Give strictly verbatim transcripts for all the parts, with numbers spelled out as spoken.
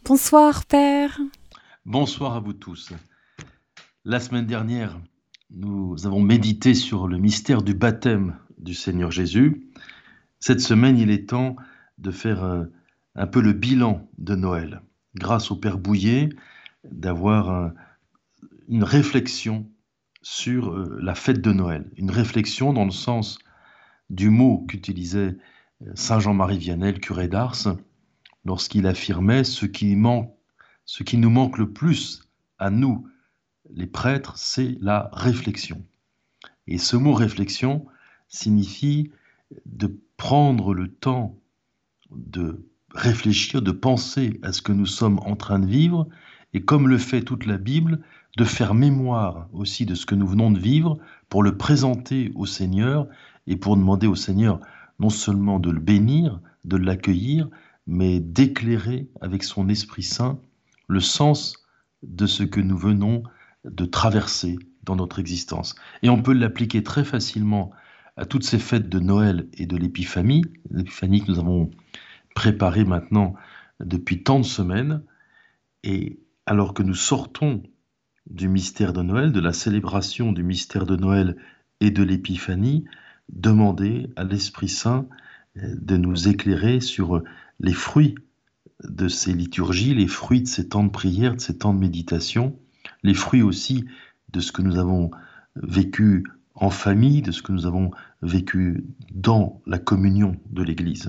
Bonsoir, Père. Bonsoir à vous tous. La semaine dernière, nous avons médité sur le mystère du baptême du Seigneur Jésus. Cette semaine, il est temps de faire un, un peu le bilan de Noël. Grâce au Père Bouillet, d'avoir un, une réflexion sur euh, la fête de Noël. Une réflexion dans le sens du mot qu'utilisait Saint Jean-Marie Vianney, curé d'Ars, lorsqu'il affirmait ce qui manque, ce qui nous manque le plus à nous, les prêtres, c'est la réflexion. Et ce mot réflexion signifie de prendre le temps de réfléchir, de penser à ce que nous sommes en train de vivre, et comme le fait toute la Bible, de faire mémoire aussi de ce que nous venons de vivre pour le présenter au Seigneur et pour demander au Seigneur non seulement de le bénir, de l'accueillir, mais d'éclairer avec son Esprit Saint le sens de ce que nous venons de traverser dans notre existence. Et on peut l'appliquer très facilement à toutes ces fêtes de Noël et de l'Épiphanie, l'Épiphanie que nous avons préparée maintenant depuis tant de semaines. Et alors que nous sortons du mystère de Noël, de la célébration du mystère de Noël et de l'Épiphanie, demander à l'Esprit Saint de nous éclairer sur les fruits de ces liturgies, les fruits de ces temps de prière, de ces temps de méditation, les fruits aussi de ce que nous avons vécu en famille, de ce que nous avons vécu dans la communion de l'Église.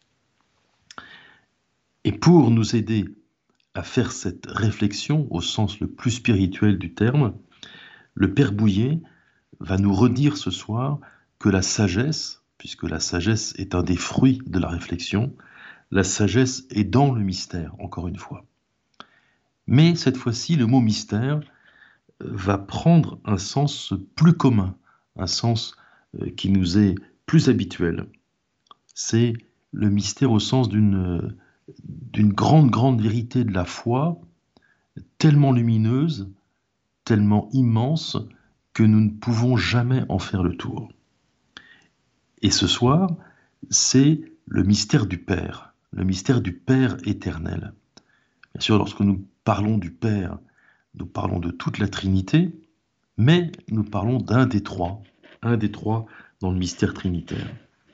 Et pour nous aider à faire cette réflexion au sens le plus spirituel du terme, le Père Bouillet va nous redire ce soir que la sagesse, puisque la sagesse est un des fruits de la réflexion, la sagesse est dans le mystère, encore une fois. Mais cette fois-ci, le mot mystère va prendre un sens plus commun, un sens qui nous est plus habituel. C'est le mystère au sens d'une, d'une grande, grande vérité de la foi, tellement lumineuse, tellement immense, que nous ne pouvons jamais en faire le tour. Et ce soir, c'est le mystère du Père, le mystère du Père éternel. Bien sûr, lorsque nous parlons du Père, nous parlons de toute la Trinité, mais nous parlons d'un des trois, un des trois dans le mystère trinitaire.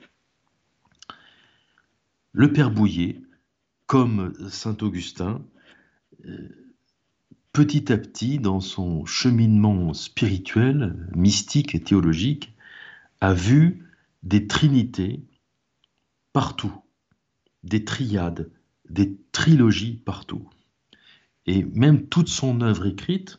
Le Père Bouillet, comme saint Augustin, petit à petit, dans son cheminement spirituel, mystique et théologique, a vu des trinités partout, des triades, des trilogies partout. Et même toute son œuvre écrite,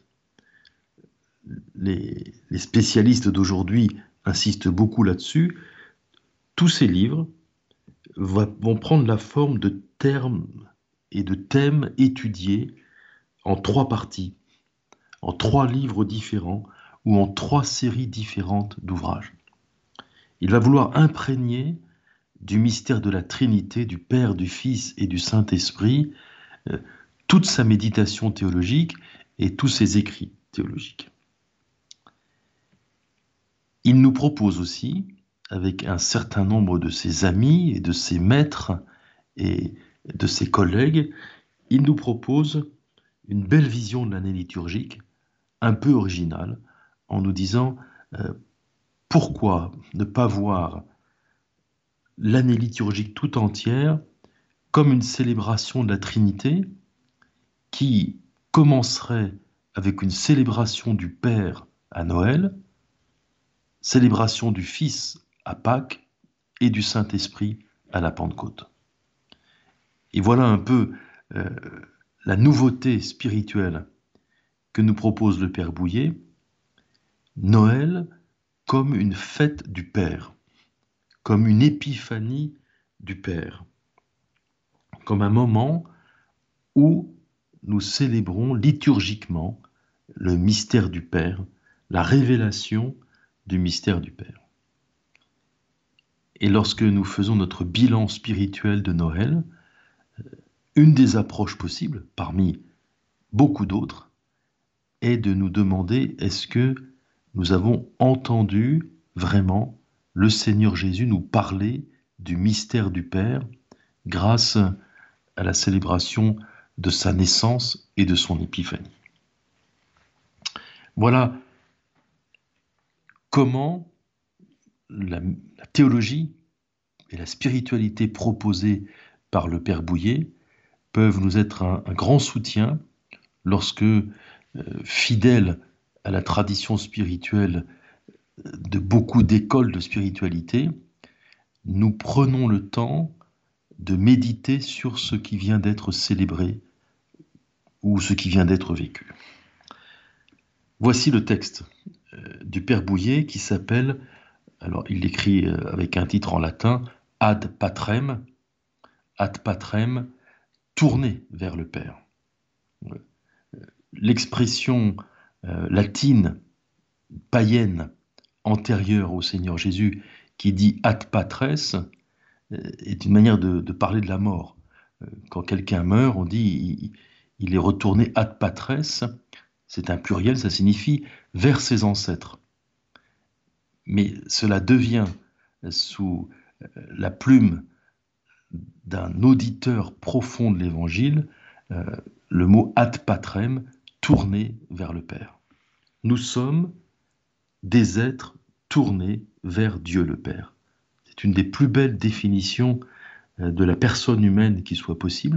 les, les spécialistes d'aujourd'hui insistent beaucoup là-dessus, tous ces livres va, vont prendre la forme de termes et de thèmes étudiés en trois parties, en trois livres différents ou en trois séries différentes d'ouvrages. Il va vouloir imprégner du mystère de la Trinité, du Père, du Fils et du Saint-Esprit, euh, toute sa méditation théologique et tous ses écrits théologiques. Il nous propose aussi, avec un certain nombre de ses amis et de ses maîtres et de ses collègues, il nous propose une belle vision de l'année liturgique, un peu originale, en nous disant euh, pourquoi ne pas voir l'année liturgique tout entière comme une célébration de la Trinité qui commencerait avec une célébration du Père à Noël, célébration du Fils à Pâques et du Saint-Esprit à la Pentecôte. Et voilà un peu euh, la nouveauté spirituelle que nous propose le Père Bouillet, Noël comme une fête du Père, comme une épiphanie du Père, comme un moment où nous célébrons liturgiquement le mystère du Père, la révélation du mystère du Père. Et lorsque nous faisons notre bilan spirituel de Noël, une des approches possibles, parmi beaucoup d'autres, est de nous demander est-ce que nous avons entendu vraiment le Seigneur Jésus nous parler du mystère du Père grâce à la célébration de sa naissance et de son épiphanie. Voilà comment la, la théologie et la spiritualité proposée par le Père Bouyer peuvent nous être un, un grand soutien lorsque, euh, fidèles à la tradition spirituelle de beaucoup d'écoles de spiritualité, nous prenons le temps de méditer sur ce qui vient d'être célébré ou ce qui vient d'être vécu. Voici le texte euh, du Père Bouyer qui s'appelle, alors il l'écrit euh, avec un titre en latin, Ad Patrem, Ad Patrem, tourner vers le Père. L'expression euh, latine, païenne, antérieure au Seigneur Jésus, qui dit Ad Patres, euh, est une manière de, de parler de la mort. Euh, quand quelqu'un meurt, on dit il, il est retourné Ad Patres, c'est un pluriel, ça signifie vers ses ancêtres. Mais cela devient, sous la plume d'un auditeur profond de l'Évangile, euh, le mot ad patrem, tourner vers le Père. Nous sommes des êtres tournés vers Dieu le Père. C'est une des plus belles définitions de la personne humaine qui soit possible.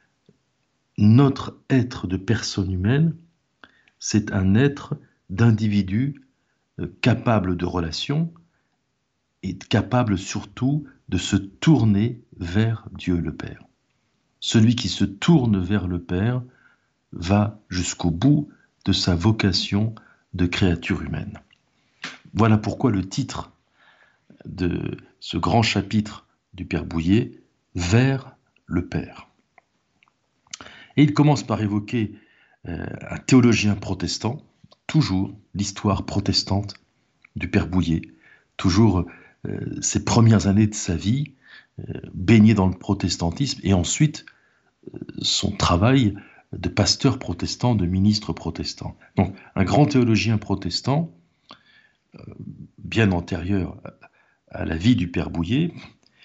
Notre être de personne humaine, c'est un être d'individu euh, capable de relation et capable surtout de se tourner vers Dieu le Père. Celui qui se tourne vers le Père va jusqu'au bout de sa vocation de créature humaine. Voilà pourquoi le titre de ce grand chapitre du Père Bouyer, vers le Père. Et il commence par évoquer euh, un théologien protestant, toujours l'histoire protestante du Père Bouyer, toujours euh, ses premières années de sa vie, euh, baigné dans le protestantisme, et ensuite euh, son travail de pasteur protestant, de ministre protestant. Donc un grand théologien protestant, euh, bien antérieur à la vie du Père Bouyer,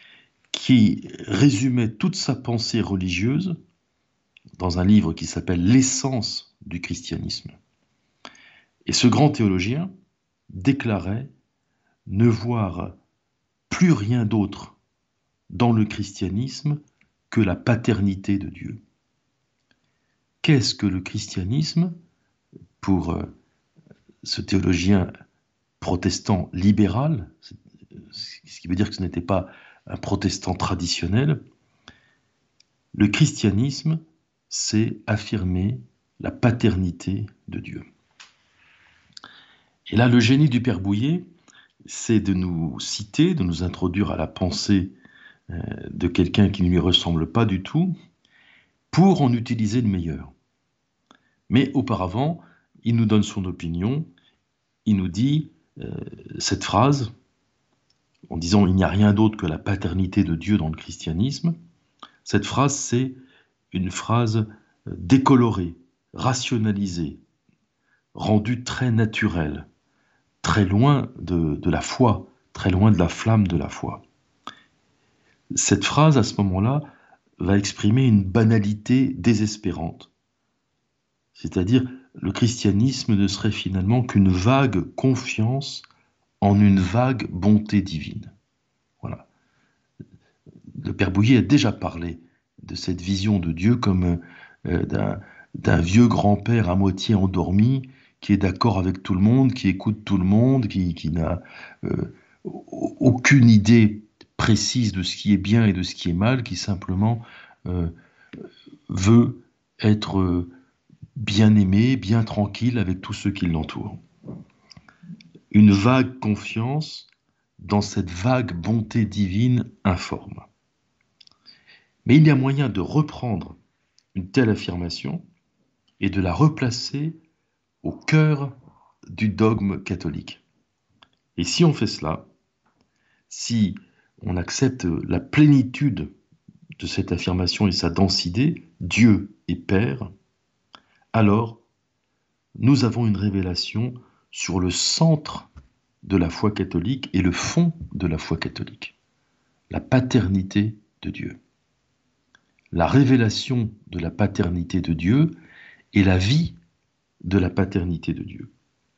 qui résumait toute sa pensée religieuse dans un livre qui s'appelle « L'essence du christianisme ». Et ce grand théologien déclarait ne voir plus rien d'autre dans le christianisme que la paternité de Dieu. Qu'est-ce que le christianisme pour euh, ce théologien protestant libéral, ce qui veut dire que ce n'était pas un protestant traditionnel? Le christianisme, c'est affirmer la paternité de Dieu. Et là, le génie du Père Bouyer, c'est de nous citer, de nous introduire à la pensée euh, de quelqu'un qui ne lui ressemble pas du tout, pour en utiliser le meilleur. Mais auparavant, il nous donne son opinion, il nous dit euh, cette phrase, en disant « il n'y a rien d'autre que la paternité de Dieu dans le christianisme ». Cette phrase, c'est une phrase décolorée, rationalisée, rendue très naturelle, très loin de, de la foi, très loin de la flamme de la foi. Cette phrase, à ce moment-là, va exprimer une banalité désespérante. C'est-à-dire, le christianisme ne serait finalement qu'une vague confiance en une vague bonté divine. Voilà. Le Père Bouyer a déjà parlé de cette vision de Dieu comme euh, d'un, d'un vieux grand-père à moitié endormi, qui est d'accord avec tout le monde, qui écoute tout le monde, qui, qui n'a euh, aucune idée précise de ce qui est bien et de ce qui est mal, qui simplement euh, veut être euh, bien aimé, bien tranquille avec tous ceux qui l'entourent. Une vague confiance dans cette vague bonté divine informe. Mais il y a moyen de reprendre une telle affirmation et de la replacer au cœur du dogme catholique. Et si on fait cela, si on accepte la plénitude de cette affirmation et sa densité, Dieu est Père, alors nous avons une révélation sur le centre de la foi catholique et le fond de la foi catholique, la paternité de Dieu. la révélation de la paternité de Dieu et la vie de la paternité de Dieu.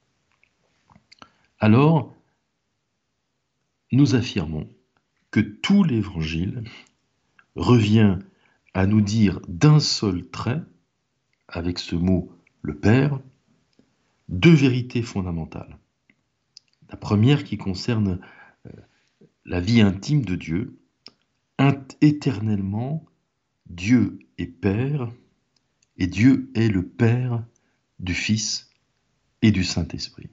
Alors, nous affirmons que tout l'Évangile revient à nous dire d'un seul trait, avec ce mot « le Père », deux vérités fondamentales. La première qui concerne la vie intime de Dieu. Éternellement, Dieu est Père, et Dieu est le Père du Fils et du Saint-Esprit.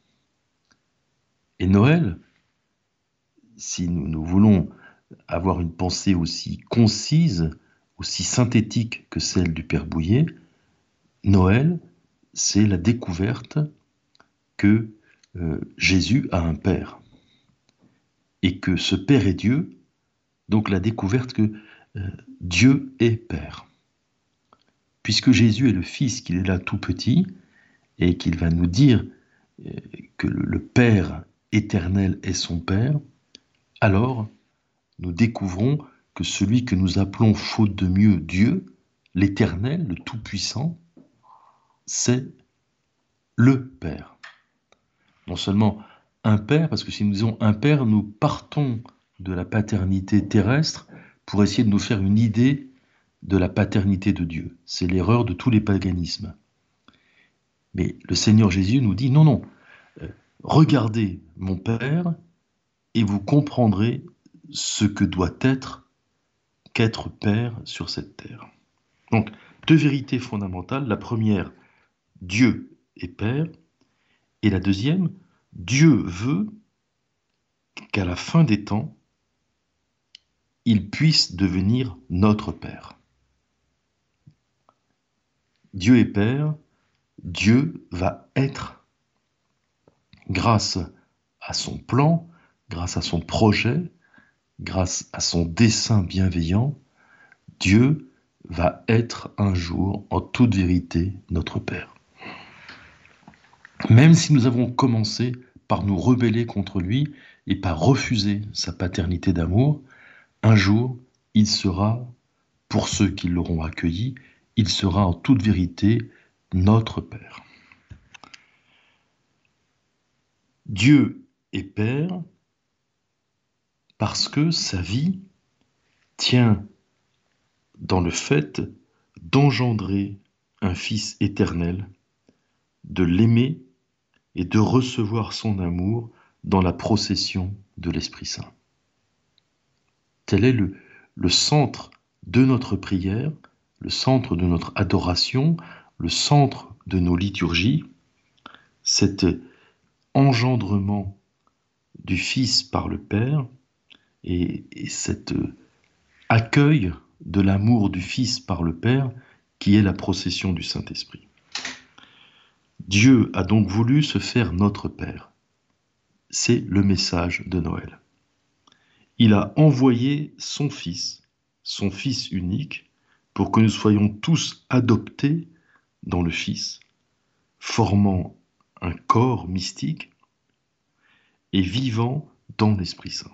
Et Noël, si nous, nous voulons avoir une pensée aussi concise, aussi synthétique que celle du Père Bouillet, Noël, c'est la découverte que euh, Jésus a un Père. Et que ce Père est Dieu, donc la découverte que euh, Dieu est Père. Puisque Jésus est le Fils, qu'il est là tout petit, et qu'il va nous dire euh, que le, le Père éternel est son Père, alors nous découvrons que celui que nous appelons faute de mieux Dieu, l'Éternel, le Tout-Puissant, c'est le Père. Non seulement un Père, parce que si nous disons un Père, nous partons de la paternité terrestre pour essayer de nous faire une idée de la paternité de Dieu. C'est l'erreur de tous les paganismes. Mais le Seigneur Jésus nous dit, non, non, euh, regardez mon Père et vous comprendrez ce que doit être qu'être Père sur cette terre. Donc, deux vérités fondamentales. La première, Dieu est Père. Et la deuxième, Dieu veut qu'à la fin des temps, il puisse devenir notre Père. Dieu est Père, Dieu va être, grâce à son plan, grâce à son projet, grâce à son dessein bienveillant, Dieu va être un jour, en toute vérité, notre Père. Même si nous avons commencé par nous rebeller contre lui et par refuser sa paternité d'amour, un jour, il sera, pour ceux qui l'auront accueilli, il sera en toute vérité notre Père. Dieu est Père parce que sa vie tient dans le fait d'engendrer un Fils éternel, de l'aimer et de recevoir son amour dans la procession de l'Esprit Saint. Tel est le, le centre de notre prière, le centre de notre adoration, le centre de nos liturgies, cet engendrement du Fils par le Père et, et cet accueil de l'amour du Fils par le Père qui est la procession du Saint-Esprit. Dieu a donc voulu se faire notre Père. C'est le message de Noël. Il a envoyé son Fils, son Fils unique, pour que nous soyons tous adoptés dans le Fils, formant un corps mystique et vivant dans l'Esprit Saint.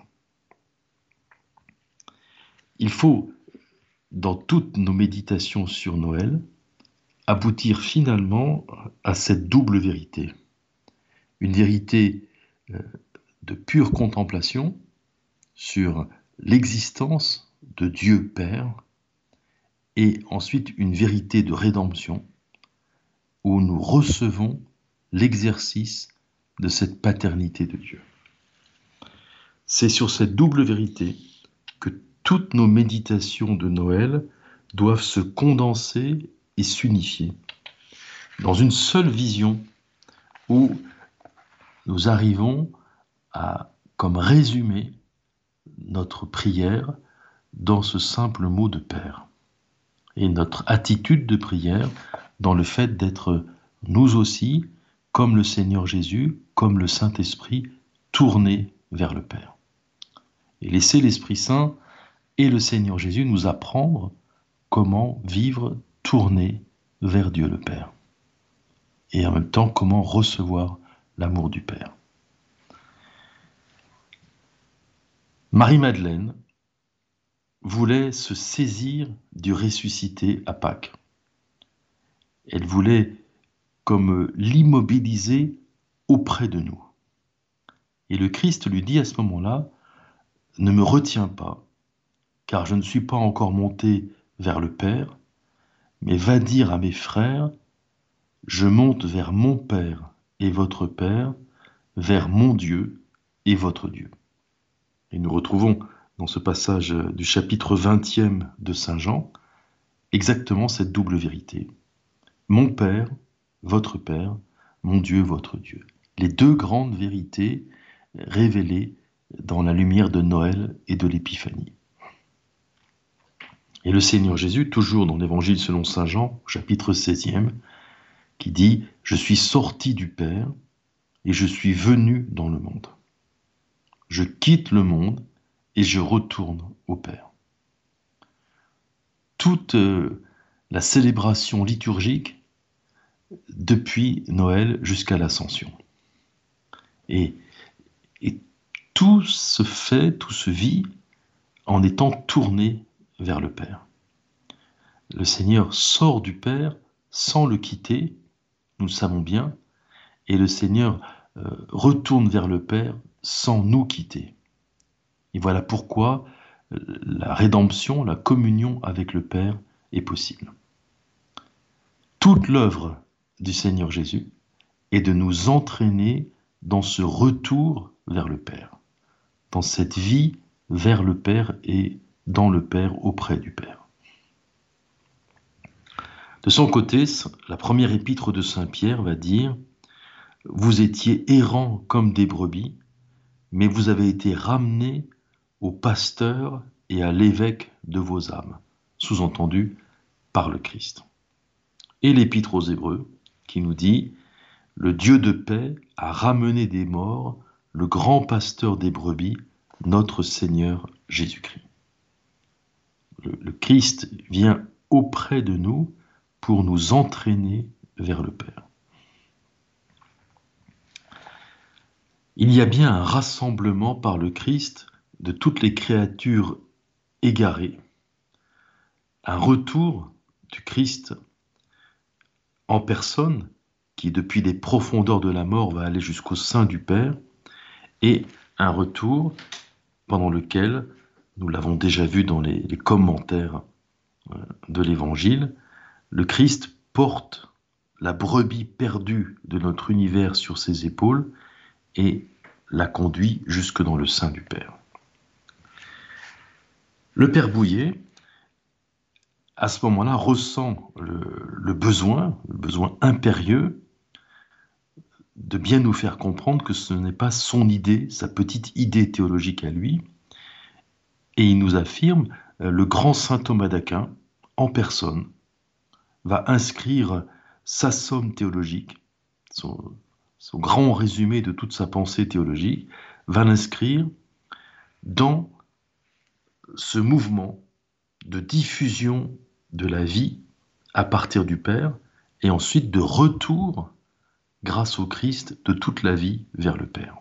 Il faut, dans toutes nos méditations sur Noël, aboutir finalement à cette double vérité. Une vérité de pure contemplation sur l'existence de Dieu Père et ensuite une vérité de rédemption où nous recevons l'exercice de cette paternité de Dieu. C'est sur cette double vérité que toutes nos méditations de Noël doivent se condenser et s'unifier dans une seule vision où nous arrivons à, comme résumer notre prière dans ce simple mot de Père et notre attitude de prière dans le fait d'être nous aussi, comme le Seigneur Jésus, comme le Saint-Esprit, tournés vers le Père. Et laisser l'Esprit Saint et le Seigneur Jésus nous apprendre comment vivre tourné vers Dieu le Père. Et en même temps, comment recevoir l'amour du Père. Marie-Madeleine voulait se saisir du ressuscité à Pâques. Elle voulait comme l'immobiliser auprès de nous. Et le Christ lui dit à ce moment-là, « Ne me retiens pas, car je ne suis pas encore monté vers le Père, mais va dire à mes frères, je monte vers mon Père et votre Père, vers mon Dieu et votre Dieu. » Et nous retrouvons dans ce passage du chapitre vingtième de Saint Jean exactement cette double vérité. Mon Père, votre Père, mon Dieu, votre Dieu. Les deux grandes vérités révélées dans la lumière de Noël et de l'Épiphanie. Et le Seigneur Jésus, toujours dans l'Évangile selon Saint Jean, chapitre seizième, qui dit « Je suis sorti du Père et je suis venu dans le monde. Je quitte le monde et je retourne au Père. » Toute euh, la célébration liturgique depuis Noël jusqu'à l'Ascension. Et, et tout se fait, tout se vit en étant tourné vers le Père. Le Seigneur sort du Père sans le quitter, nous le savons bien, et le Seigneur euh, retourne vers le Père sans nous quitter. Et voilà pourquoi la rédemption, la communion avec le Père est possible. Toute l'œuvre du Seigneur Jésus est de nous entraîner dans ce retour vers le Père, dans cette vie vers le Père et dans le Père, auprès du Père. De son côté, la première épître de Saint Pierre va dire « Vous étiez errants comme des brebis, mais vous avez été ramenés au pasteur et à l'évêque de vos âmes », sous-entendu par le Christ. Et l'épître aux Hébreux qui nous dit « Le Dieu de paix a ramené des morts le grand pasteur des brebis, notre Seigneur Jésus-Christ. » Le, le Christ vient auprès de nous pour nous entraîner vers le Père. Il y a bien un rassemblement par le Christ de toutes les créatures égarées, un retour du Christ en personne qui, depuis les profondeurs de la mort, va aller jusqu'au sein du Père, et un retour pendant lequel, nous l'avons déjà vu dans les, les commentaires de l'Évangile, le Christ porte la brebis perdue de notre univers sur ses épaules et la conduit jusque dans le sein du Père. Le Père Bouillet, à ce moment-là, ressent le, le besoin, le besoin impérieux de bien nous faire comprendre que ce n'est pas son idée, sa petite idée théologique à lui, et il nous affirme, le grand saint Thomas d'Aquin, en personne, va inscrire sa somme théologique, son, son grand résumé de toute sa pensée théologique, va l'inscrire dans ce mouvement de diffusion de la vie à partir du Père et ensuite de retour, grâce au Christ, de toute la vie vers le Père.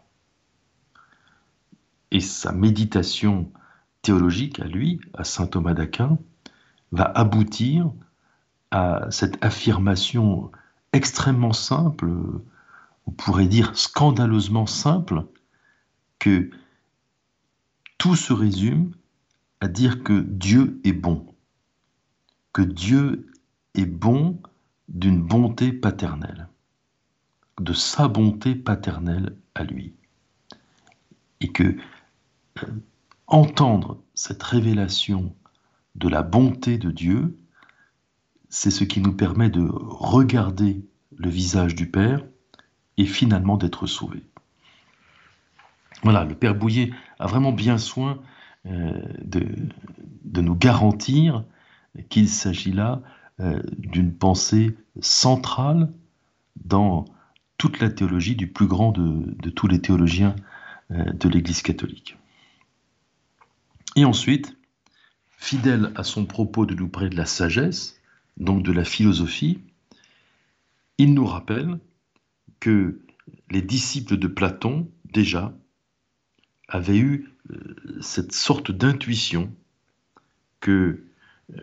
Et sa méditation théologique à lui, à saint Thomas d'Aquin, va aboutir à cette affirmation extrêmement simple, on pourrait dire scandaleusement simple, que tout se résume à dire que Dieu est bon, que Dieu est bon d'une bonté paternelle, de sa bonté paternelle à lui. Et que euh, entendre cette révélation de la bonté de Dieu, c'est ce qui nous permet de regarder le visage du Père et finalement d'être sauvés. Voilà, le Père Bouillet a vraiment bien soin euh, de, de nous garantir qu'il s'agit là euh, d'une pensée centrale dans toute la théologie du plus grand de, de tous les théologiens euh, de l'Église catholique. Et ensuite, fidèle à son propos de nous parler de la sagesse, donc de la philosophie, il nous rappelle que les disciples de Platon, déjà, avaient eu cette sorte d'intuition que, euh,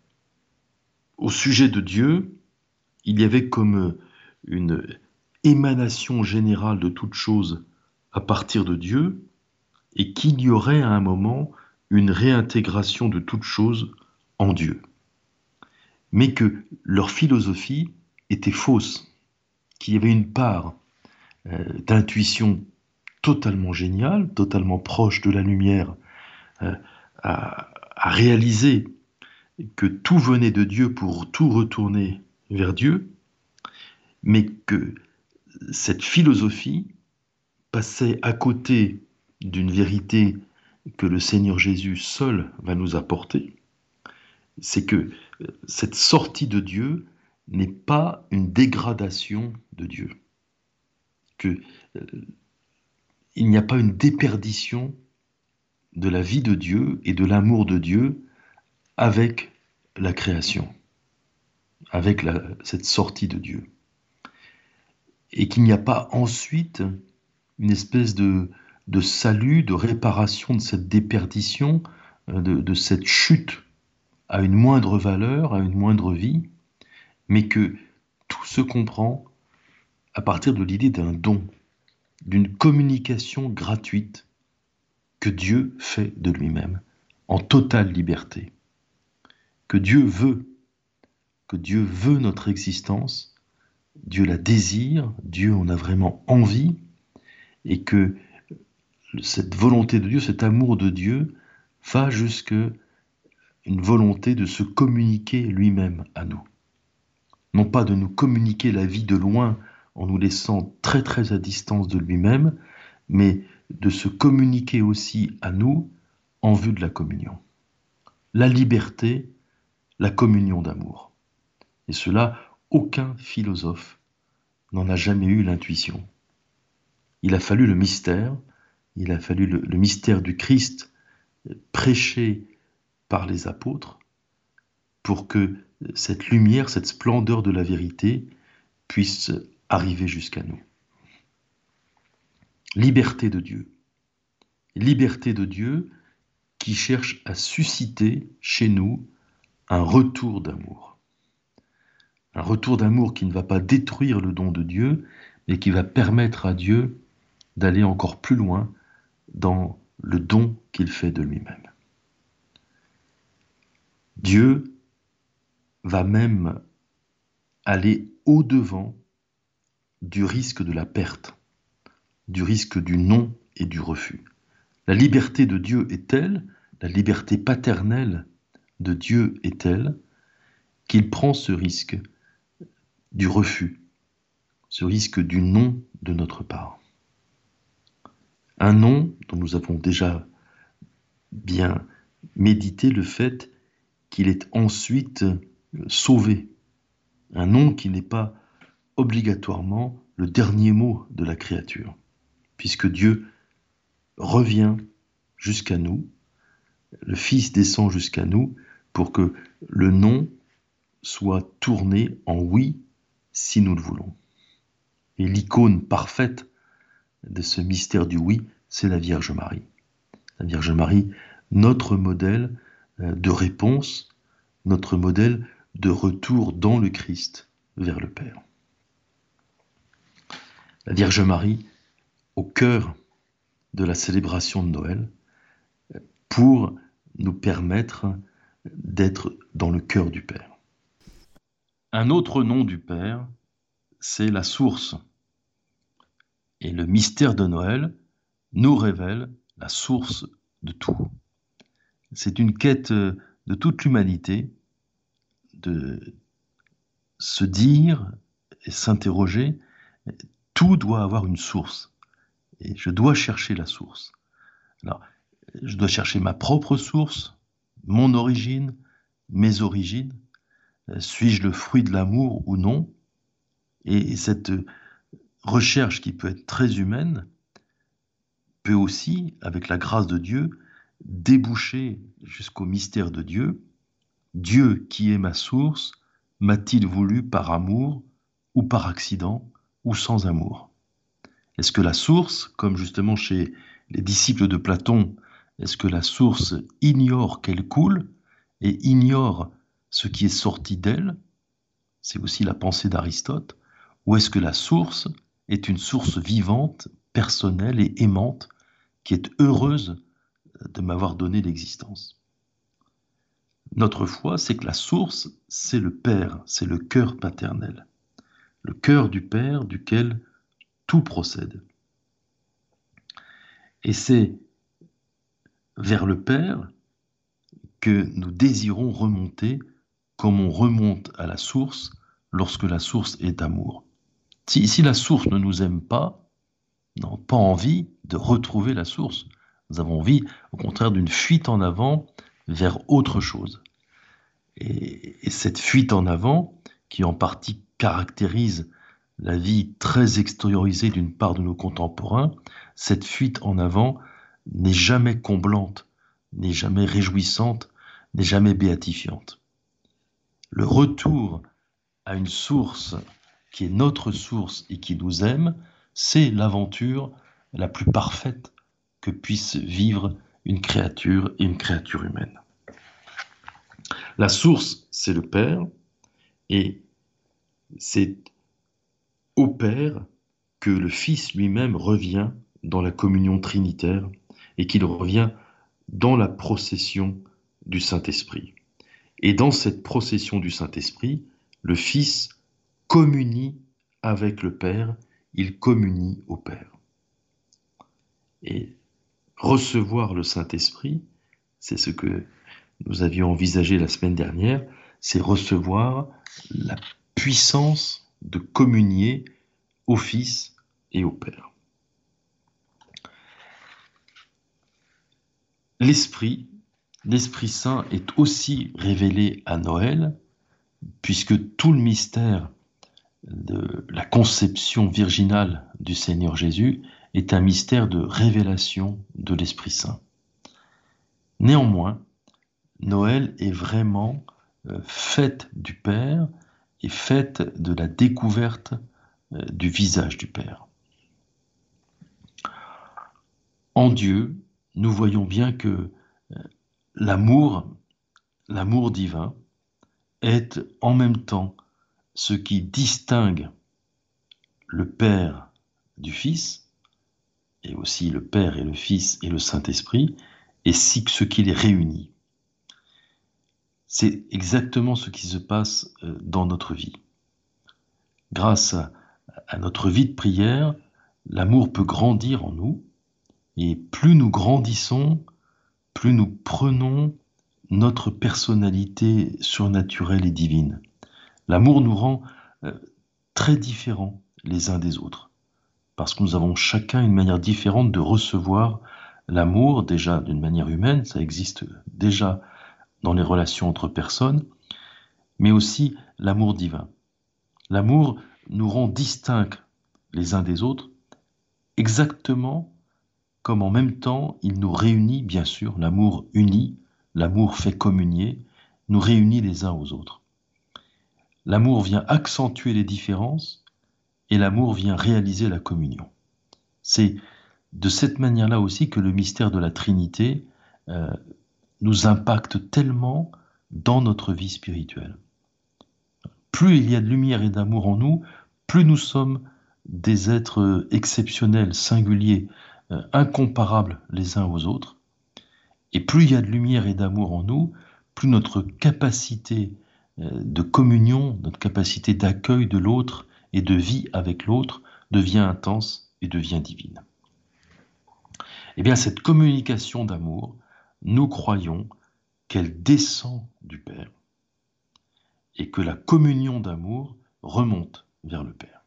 au sujet de Dieu, il y avait comme une émanation générale de toute chose à partir de Dieu, et qu'il y aurait à un moment une réintégration de toute chose en Dieu. Mais que leur philosophie était fausse, qu'il y avait une part euh, d'intuition totalement géniale, totalement proche de la lumière, euh, à, à réaliser que tout venait de Dieu pour tout retourner vers Dieu, mais que cette philosophie passait à côté d'une vérité que le Seigneur Jésus seul va nous apporter. C'est que cette sortie de Dieu n'est pas une dégradation de Dieu, que euh, il n'y a pas une déperdition de la vie de Dieu et de l'amour de Dieu avec la création, avec la, cette sortie de Dieu. Et qu'il n'y a pas ensuite une espèce de, de salut, de réparation de cette déperdition, de, de cette chute à une moindre valeur, à une moindre vie, mais que tout se comprend à partir de l'idée d'un don, d'une communication gratuite que Dieu fait de lui-même, en totale liberté. Que Dieu veut, que Dieu veut notre existence, Dieu la désire, Dieu en a vraiment envie, et que cette volonté de Dieu, cet amour de Dieu, va jusqu'à une volonté de se communiquer lui-même à nous. Non pas de nous communiquer la vie de loin en nous laissant très très à distance de lui-même, mais de se communiquer aussi à nous en vue de la communion. La liberté, la communion d'amour. Et cela, aucun philosophe n'en a jamais eu l'intuition. Il a fallu le mystère, il a fallu le, le mystère du Christ prêché par les apôtres pour que cette lumière, cette splendeur de la vérité puisse arriver jusqu'à nous. Liberté de Dieu. Liberté de Dieu qui cherche à susciter chez nous un retour d'amour. Un retour d'amour qui ne va pas détruire le don de Dieu, mais qui va permettre à Dieu d'aller encore plus loin dans le don qu'il fait de lui-même. Dieu va même aller au-devant du risque de la perte, du risque du non et du refus. La liberté de Dieu est telle, la liberté paternelle de Dieu est telle, qu'il prend ce risque du refus, ce risque du non de notre part. Un non dont nous avons déjà bien médité le fait qu'il est ensuite sauvé. Un non qui n'est pas obligatoirement le dernier mot de la créature, puisque Dieu revient jusqu'à nous, le Fils descend jusqu'à nous pour que le non soit tourné en oui si nous le voulons. Et l'icône parfaite de ce mystère du oui, c'est la Vierge Marie. La Vierge Marie, notre modèle de réponse, notre modèle de retour dans le Christ vers le Père. La Vierge Marie, au cœur de la célébration de Noël, pour nous permettre d'être dans le cœur du Père. Un autre nom du Père, c'est la source. Et le mystère de Noël nous révèle la source de tout. C'est une quête de toute l'humanité de se dire et s'interroger, tout doit avoir une source. Et je dois chercher la source. Alors, je dois chercher ma propre source, mon origine, mes origines. Suis-je le fruit de l'amour ou non? Et cette recherche qui peut être très humaine peut aussi, avec la grâce de Dieu, déboucher jusqu'au mystère de Dieu. Dieu qui est ma source, m'a-t-il voulu par amour ou par accident ou sans amour? Est-ce que la source, comme justement chez les disciples de Platon, est-ce que la source ignore qu'elle coule? et ignore ce qui est sorti d'elle, c'est aussi la pensée d'Aristote, ou est-ce que la source est une source vivante, personnelle et aimante, qui est heureuse de m'avoir donné l'existence? Notre foi, c'est que la source, c'est le Père, c'est le cœur paternel, le cœur du Père duquel tout procède. Et c'est vers le Père que nous désirons remonter comme on remonte à la source lorsque la source est amour. Si, si la source ne nous aime pas, nous n'avons pas envie de retrouver la source. Nous avons envie, au contraire, d'une fuite en avant vers autre chose. Et, et cette fuite en avant, qui en partie caractérise la vie très extériorisée d'une part de nos contemporains, cette fuite en avant n'est jamais comblante, n'est jamais réjouissante, n'est jamais béatifiante. Le retour à une source qui est notre source et qui nous aime, c'est l'aventure la plus parfaite que puisse vivre une créature et une créature humaine. La source, c'est le Père, et c'est au Père que le Fils lui-même revient dans la communion trinitaire et qu'il revient dans la procession du Saint-Esprit. Et dans cette procession du Saint-Esprit, le Fils communie avec le Père, il communie au Père. Et recevoir le Saint-Esprit, c'est ce que nous avions envisagé la semaine dernière, c'est recevoir la puissance de communier au Fils et au Père. L'Esprit, l'Esprit Saint est aussi révélé à Noël, puisque tout le mystère de la conception virginale du Seigneur Jésus est un mystère de révélation de l'Esprit Saint. Néanmoins, Noël est vraiment euh, fête du Père et fête de la découverte euh, du visage du Père. En Dieu, nous voyons bien que euh, l'amour, l'amour divin, est en même temps ce qui distingue le Père du Fils, et aussi le Père et le Fils et le Saint-Esprit, et ce qui les réunit. C'est exactement ce qui se passe dans notre vie. Grâce à notre vie de prière, l'amour peut grandir en nous, et plus nous grandissons, plus nous prenons notre personnalité surnaturelle et divine. L'amour nous rend très différents les uns des autres, parce que nous avons chacun une manière différente de recevoir l'amour, déjà d'une manière humaine, ça existe déjà dans les relations entre personnes, mais aussi l'amour divin. L'amour nous rend distincts les uns des autres, exactement comme en même temps il nous réunit, bien sûr, l'amour unit, l'amour fait communier, nous réunit les uns aux autres. L'amour vient accentuer les différences et l'amour vient réaliser la communion. C'est de cette manière-là aussi que le mystère de la Trinité euh, nous impacte tellement dans notre vie spirituelle. Plus il y a de lumière et d'amour en nous, plus nous sommes des êtres exceptionnels, singuliers, euh, incomparables les uns aux autres. Et plus il y a de lumière et d'amour en nous, plus notre capacité euh, de communion, notre capacité d'accueil de l'autre et de vie avec l'autre devient intense et devient divine. Eh bien, cette communication d'amour, nous croyons qu'elle descend du Père et que la communion d'amour remonte vers le Père.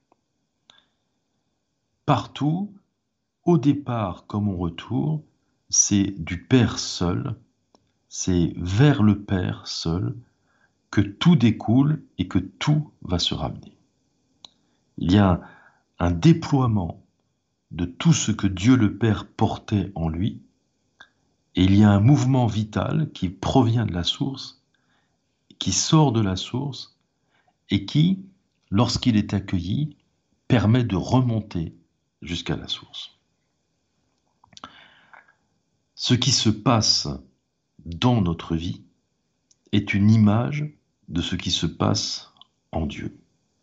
Partout, au départ comme au retour, c'est du Père seul, c'est vers le Père seul que tout découle et que tout va se ramener. Il y a un déploiement de tout ce que Dieu le Père portait en lui, et il y a un mouvement vital qui provient de la source, qui sort de la source, et qui, lorsqu'il est accueilli, permet de remonter jusqu'à la source. Ce qui se passe dans notre vie est une image de ce qui se passe en Dieu.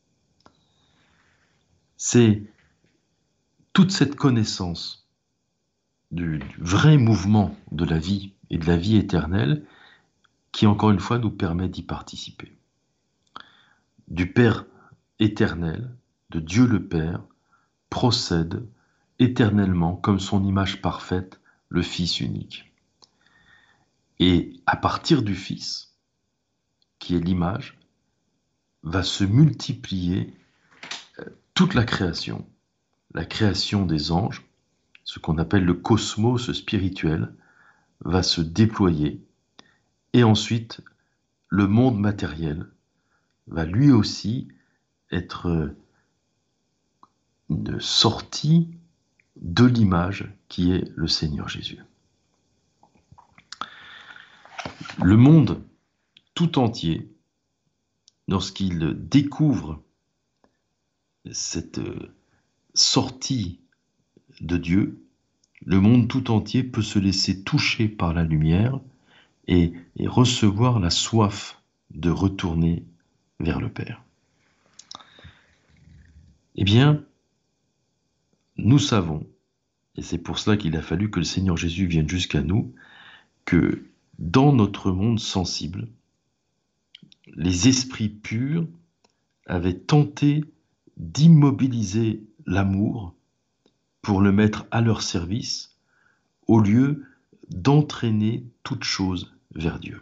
C'est toute cette connaissance du, du vrai mouvement de la vie et de la vie éternelle qui, encore une fois, nous permet d'y participer. Du Père éternel, de Dieu le Père, procède éternellement comme son image parfaite, le Fils unique. Et à partir du Fils, qui est l'image, va se multiplier toute la création, la création des anges, ce qu'on appelle le cosmos spirituel, va se déployer, et ensuite le monde matériel va lui aussi être une sortie de l'image qui est le Seigneur Jésus. Le monde tout entier, lorsqu'il découvre cette sortie de Dieu, le monde tout entier peut se laisser toucher par la lumière et, et recevoir la soif de retourner vers le Père. Eh bien, nous savons, et c'est pour cela qu'il a fallu que le Seigneur Jésus vienne jusqu'à nous, que dans notre monde sensible, les esprits purs avaient tenté d'immobiliser l'amour pour le mettre à leur service, au lieu d'entraîner toute chose vers Dieu.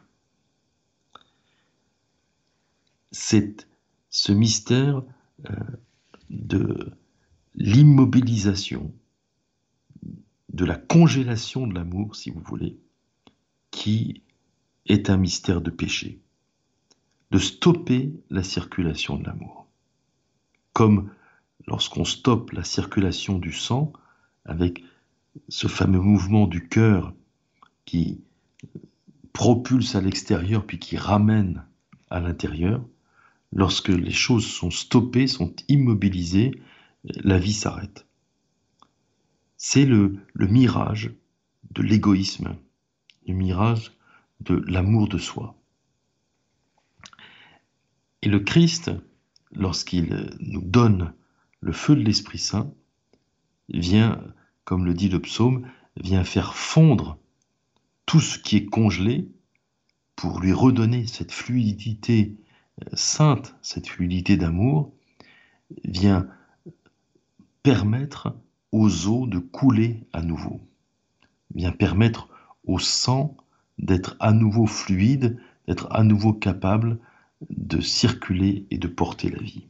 C'est ce mystère euh, de l'immobilisation, de la congélation de l'amour, si vous voulez, qui est un mystère de péché, de stopper la circulation de l'amour. Comme lorsqu'on stoppe la circulation du sang avec ce fameux mouvement du cœur qui propulse à l'extérieur puis qui ramène à l'intérieur, lorsque les choses sont stoppées, sont immobilisées, la vie s'arrête. C'est le, le mirage de l'égoïsme, le mirage de l'amour de soi. Et le Christ, lorsqu'il nous donne le feu de l'Esprit Saint, vient, comme le dit le psaume, vient faire fondre tout ce qui est congelé pour lui redonner cette fluidité sainte, cette fluidité d'amour, vient permettre aux eaux de couler à nouveau, vient permettre au sang d'être à nouveau fluide, d'être à nouveau capable de circuler et de porter la vie.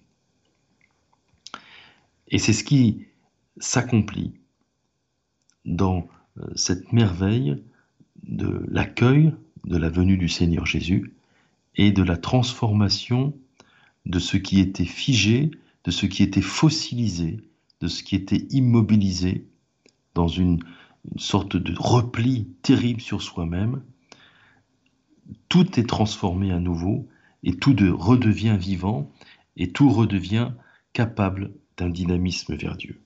Et c'est ce qui s'accomplit dans cette merveille de l'accueil de la venue du Seigneur Jésus et de la transformation de ce qui était figé, de ce qui était fossilisé, de ce qui était immobilisé dans une, une sorte de repli terrible sur soi-même. Tout est transformé à nouveau et tout de, redevient vivant et tout redevient capable d'un dynamisme vers Dieu.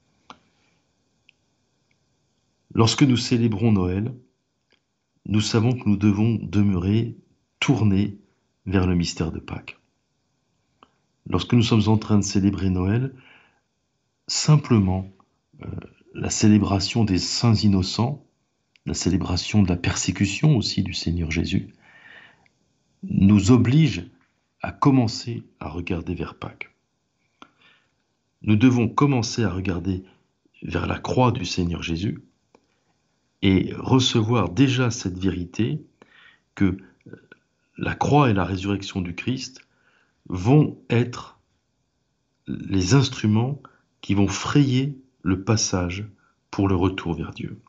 Lorsque nous célébrons Noël, nous savons que nous devons demeurer tournés vers le mystère de Pâques. Lorsque nous sommes en train de célébrer Noël, simplement euh, la célébration des saints innocents, la célébration de la persécution aussi du Seigneur Jésus, nous oblige à commencer à regarder vers Pâques. Nous devons commencer à regarder vers la croix du Seigneur Jésus et recevoir déjà cette vérité que la croix et la résurrection du Christ vont être les instruments qui vont frayer le passage pour le retour vers Dieu.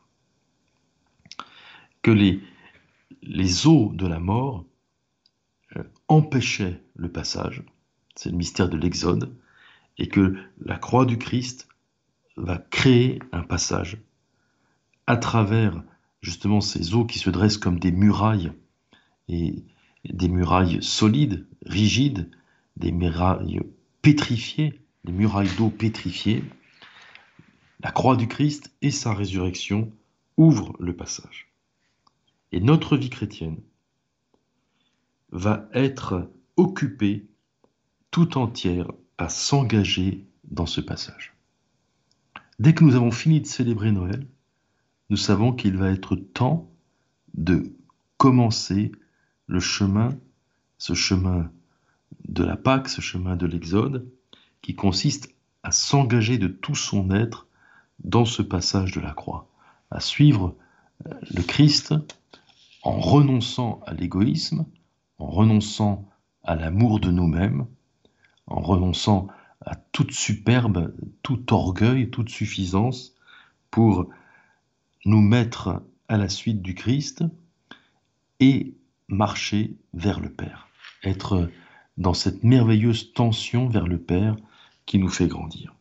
Que les, les eaux de la mort euh, empêchaient le passage, c'est le mystère de l'Exode, et que la croix du Christ va créer un passage à travers justement ces eaux qui se dressent comme des murailles, et des murailles solides, rigides, des murailles pétrifiées, des murailles d'eau pétrifiées. La croix du Christ et sa résurrection ouvrent le passage. Et notre vie chrétienne, va être occupée tout entière à s'engager dans ce passage. Dès que nous avons fini de célébrer Noël, nous savons qu'il va être temps de commencer le chemin, ce chemin de la Pâque, ce chemin de l'Exode, qui consiste à s'engager de tout son être dans ce passage de la croix, à suivre le Christ en renonçant à l'égoïsme, en renonçant à l'amour de nous-mêmes, en renonçant à toute superbe, tout orgueil, toute suffisance, pour nous mettre à la suite du Christ et marcher vers le Père, être dans cette merveilleuse tension vers le Père qui nous fait grandir.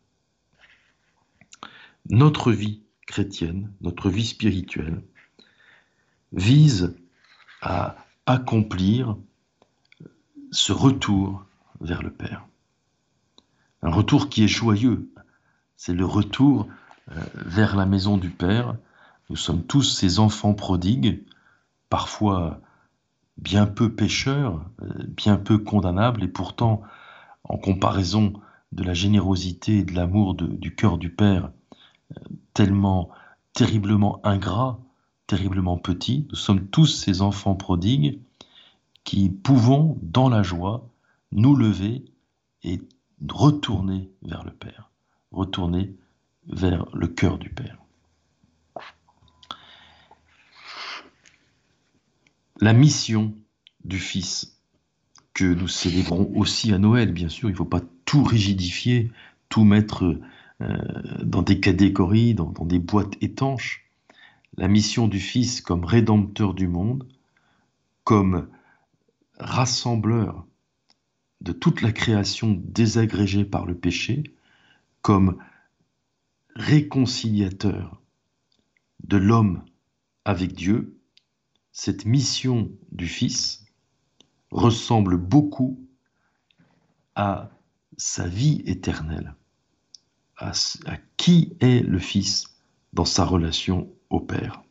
Notre vie chrétienne, notre vie spirituelle, vise à accomplir ce retour vers le Père. Un retour qui est joyeux, c'est le retour euh, vers la maison du Père. Nous sommes tous ces enfants prodigues, parfois bien peu pécheurs, euh, bien peu condamnables, et pourtant, en comparaison de la générosité et de l'amour de, du cœur du Père, euh, tellement, terriblement ingrats, terriblement petits, nous sommes tous ces enfants prodigues qui pouvons, dans la joie, nous lever et retourner vers le Père, retourner vers le cœur du Père. La mission du Fils, que nous célébrons aussi à Noël, bien sûr, il ne faut pas tout rigidifier, tout mettre euh, dans des catégories, dans, dans des boîtes étanches. La mission du Fils comme rédempteur du monde, comme rassembleur de toute la création désagrégée par le péché, comme réconciliateur de l'homme avec Dieu, cette mission du Fils ressemble beaucoup à sa vie éternelle, à, à qui est le Fils dans sa relation au Père.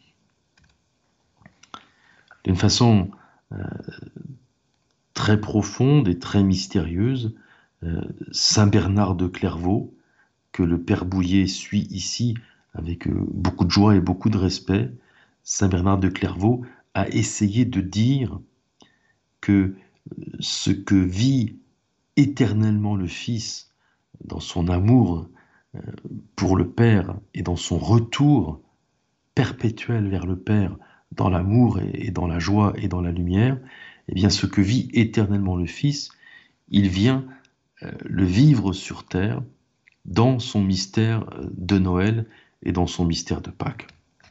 D'une façon euh, très profonde et très mystérieuse, euh, Saint Bernard de Clairvaux, que le Père Bouillet suit ici avec euh, beaucoup de joie et beaucoup de respect, Saint Bernard de Clairvaux a essayé de dire que ce que vit éternellement le Fils dans son amour euh, pour le Père et dans son retour perpétuel vers le Père, dans l'amour et dans la joie et dans la lumière, eh bien ce que vit éternellement le Fils, il vient euh, le vivre sur terre dans son mystère de Noël et dans son mystère de Pâques.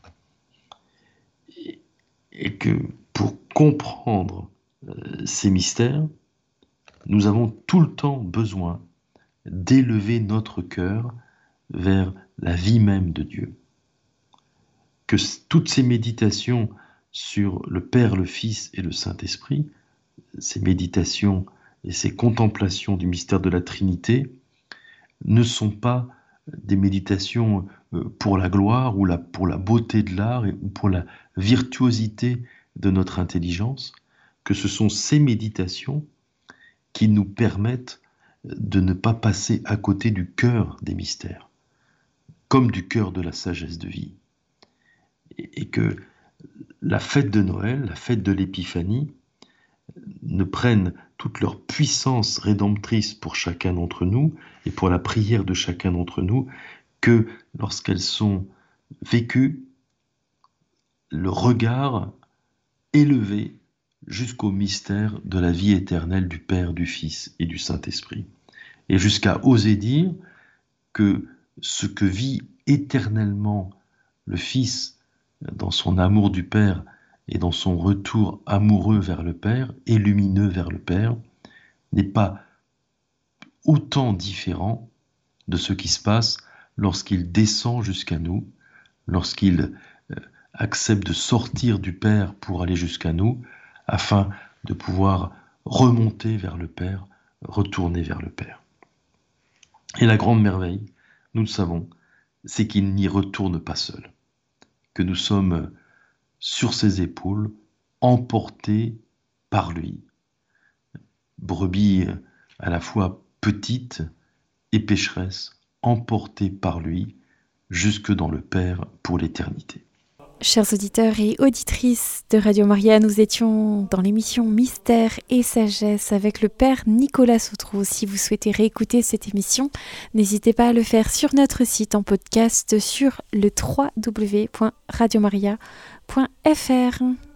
Et, et que pour comprendre euh, ces mystères, nous avons tout le temps besoin d'élever notre cœur vers la vie même de Dieu. Que toutes ces méditations sur le Père, le Fils et le Saint-Esprit, ces méditations et ces contemplations du mystère de la Trinité, ne sont pas des méditations pour la gloire ou la, pour la beauté de l'art ou pour la virtuosité de notre intelligence, que ce sont ces méditations qui nous permettent de ne pas passer à côté du cœur des mystères, comme du cœur de la sagesse de vie. Et que la fête de Noël, la fête de l'Épiphanie, ne prennent toute leur puissance rédemptrice pour chacun d'entre nous et pour la prière de chacun d'entre nous que lorsqu'elles sont vécues, le regard élevé jusqu'au mystère de la vie éternelle du Père, du Fils et du Saint-Esprit. Et jusqu'à oser dire que ce que vit éternellement le Fils dans son amour du Père et dans son retour amoureux vers le Père et lumineux vers le Père, n'est pas autant différent de ce qui se passe lorsqu'il descend jusqu'à nous, lorsqu'il euh, accepte de sortir du Père pour aller jusqu'à nous, afin de pouvoir remonter vers le Père, retourner vers le Père. Et la grande merveille, nous le savons, c'est qu'il n'y retourne pas seul, que nous sommes sur ses épaules, emportés par lui. Brebis à la fois petite et pécheresse, emportée par lui jusque dans le Père pour l'éternité. Chers auditeurs et auditrices de Radio Maria, nous étions dans l'émission Mystère et Sagesse avec le Père Nicolas Sautreau. Si vous souhaitez réécouter cette émission, n'hésitez pas à le faire sur notre site en podcast sur le w w w point radio maria point f r.